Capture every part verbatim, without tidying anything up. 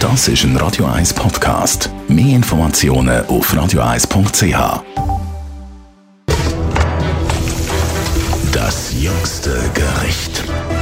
Das ist ein Radio eins Podcast. Mehr Informationen auf radio eins punkt c h. Das jüngste Gericht.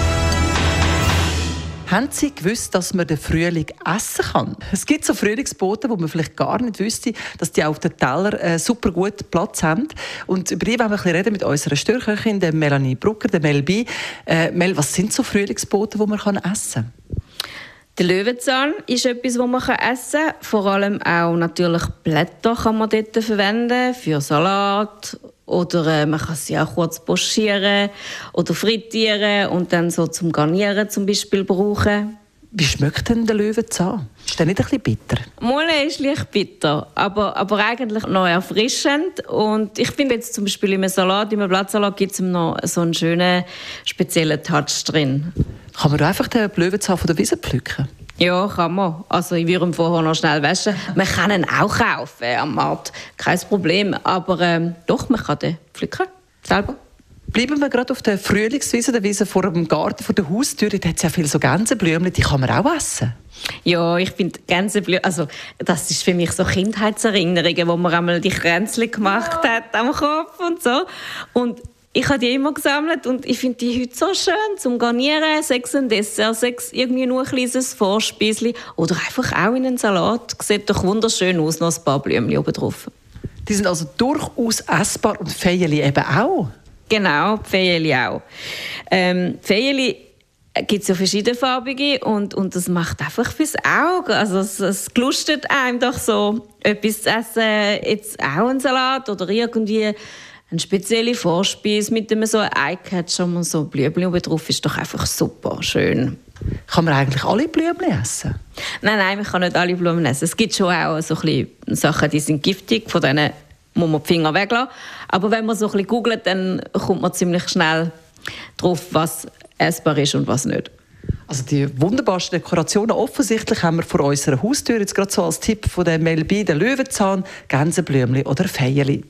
Haben Sie gewusst, dass man den Frühling essen kann? Es gibt so Frühlingsboten, wo man vielleicht gar nicht wüsste, dass die auf den Teller äh, super gut Platz haben. Und über die wollen wir ein bisschen reden mit unserer Störköchin, der Melanie Brucker, der Mel B. Äh, Mel, was sind so Frühlingsboten, die man kann essen kann? Der Löwenzahn ist etwas, das man essen kann. Vor allem auch natürlich Blätter kann man dort verwenden für Salat. Oder äh, man kann sie auch kurz pochieren oder frittieren und dann so zum Garnieren zum Beispiel brauchen. Wie schmeckt denn der Löwenzahn? Ist der nicht ein bisschen bitter? Mal ist leicht bitter, aber, aber eigentlich noch erfrischend. Und ich finde jetzt zum Beispiel im Salat, im Blattsalat gibt es noch so einen schönen, speziellen Touch drin. Kann man einfach den Löwenzahn von der Wiese pflücken? Ja, kann man. Also ich würde ihn vorher noch schnell waschen. Man kann ihn auch kaufen am Markt, kein Problem. Aber ähm, doch, man kann den pflücken, selber. Bleiben wir gerade auf der Frühlingswiese, der Wiese vor dem Garten, vor der Haustür. Da hat es ja viele so Gänseblümchen, die kann man auch essen. Ja, ich finde Gänseblümchen, also das ist für mich so Kindheitserinnerungen, wo man einmal die Kränzchen gemacht hat am Kopf und so. Und ich habe die immer gesammelt und ich finde die heute so schön zum Garnieren, sechs ein Dessert, sechs irgendwie nur ein kleines Vorspeisli oder einfach auch in einen Salat. Sieht doch wunderschön aus, noch ein paar Blümchen oben drauf. Die sind also durchaus essbar und Feierli eben auch? Genau, die Feierli auch. Ähm, Feierli gibt es ja verschiedenfarbige und, und das macht einfach fürs Auge. Also es, es gelustet einem doch so, etwas zu essen, jetzt auch einen Salat oder irgendwie eine spezielle Vorspeise mit einem so Eyecatcher und so Blümchen oben drauf ist doch einfach super schön. Kann man eigentlich alle Blümchen essen? Nein, nein, man kann nicht alle Blumen essen. Es gibt schon auch so ein bisschen Sachen, die sind giftig, von denen muss man die Finger weglassen. Aber wenn man so ein bisschen googelt, dann kommt man ziemlich schnell drauf, was essbar ist und was nicht. Also die wunderbarsten Dekorationen, offensichtlich haben wir vor unserer Haustür jetzt gerade so als Tipp von der Mel B, den Löwenzahn, Gänseblümchen oder Feierli.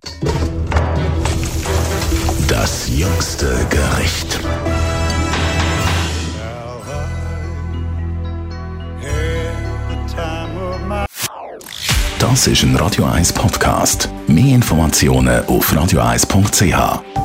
Das jüngste Gericht. Das ist ein Radio eins Podcast. Mehr Informationen auf radio eins punkt c h.